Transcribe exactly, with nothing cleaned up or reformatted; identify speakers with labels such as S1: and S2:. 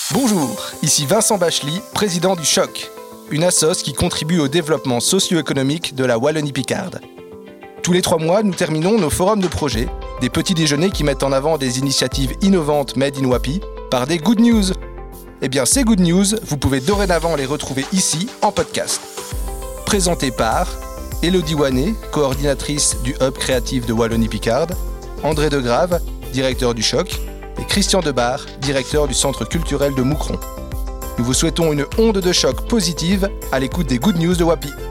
S1: Bonjour, ici Vincent Bachely, président du Choc, une assoce qui contribue au développement socio-économique de la Wallonie-Picarde. Tous les trois mois, nous terminons nos forums de projets, des petits déjeuners qui mettent en avant des initiatives innovantes made in Wapi, par des good news. Eh bien, ces good news, vous pouvez dorénavant les retrouver ici, en podcast. Présenté par Élodie Wanet, coordinatrice du Hub créatif de Wallonie-Picarde, André Degrave, directeur du Choc, et Christian Debar, directeur du Centre culturel de Moucron. Nous vous souhaitons une onde de choc positive à l'écoute des good news de Wapi.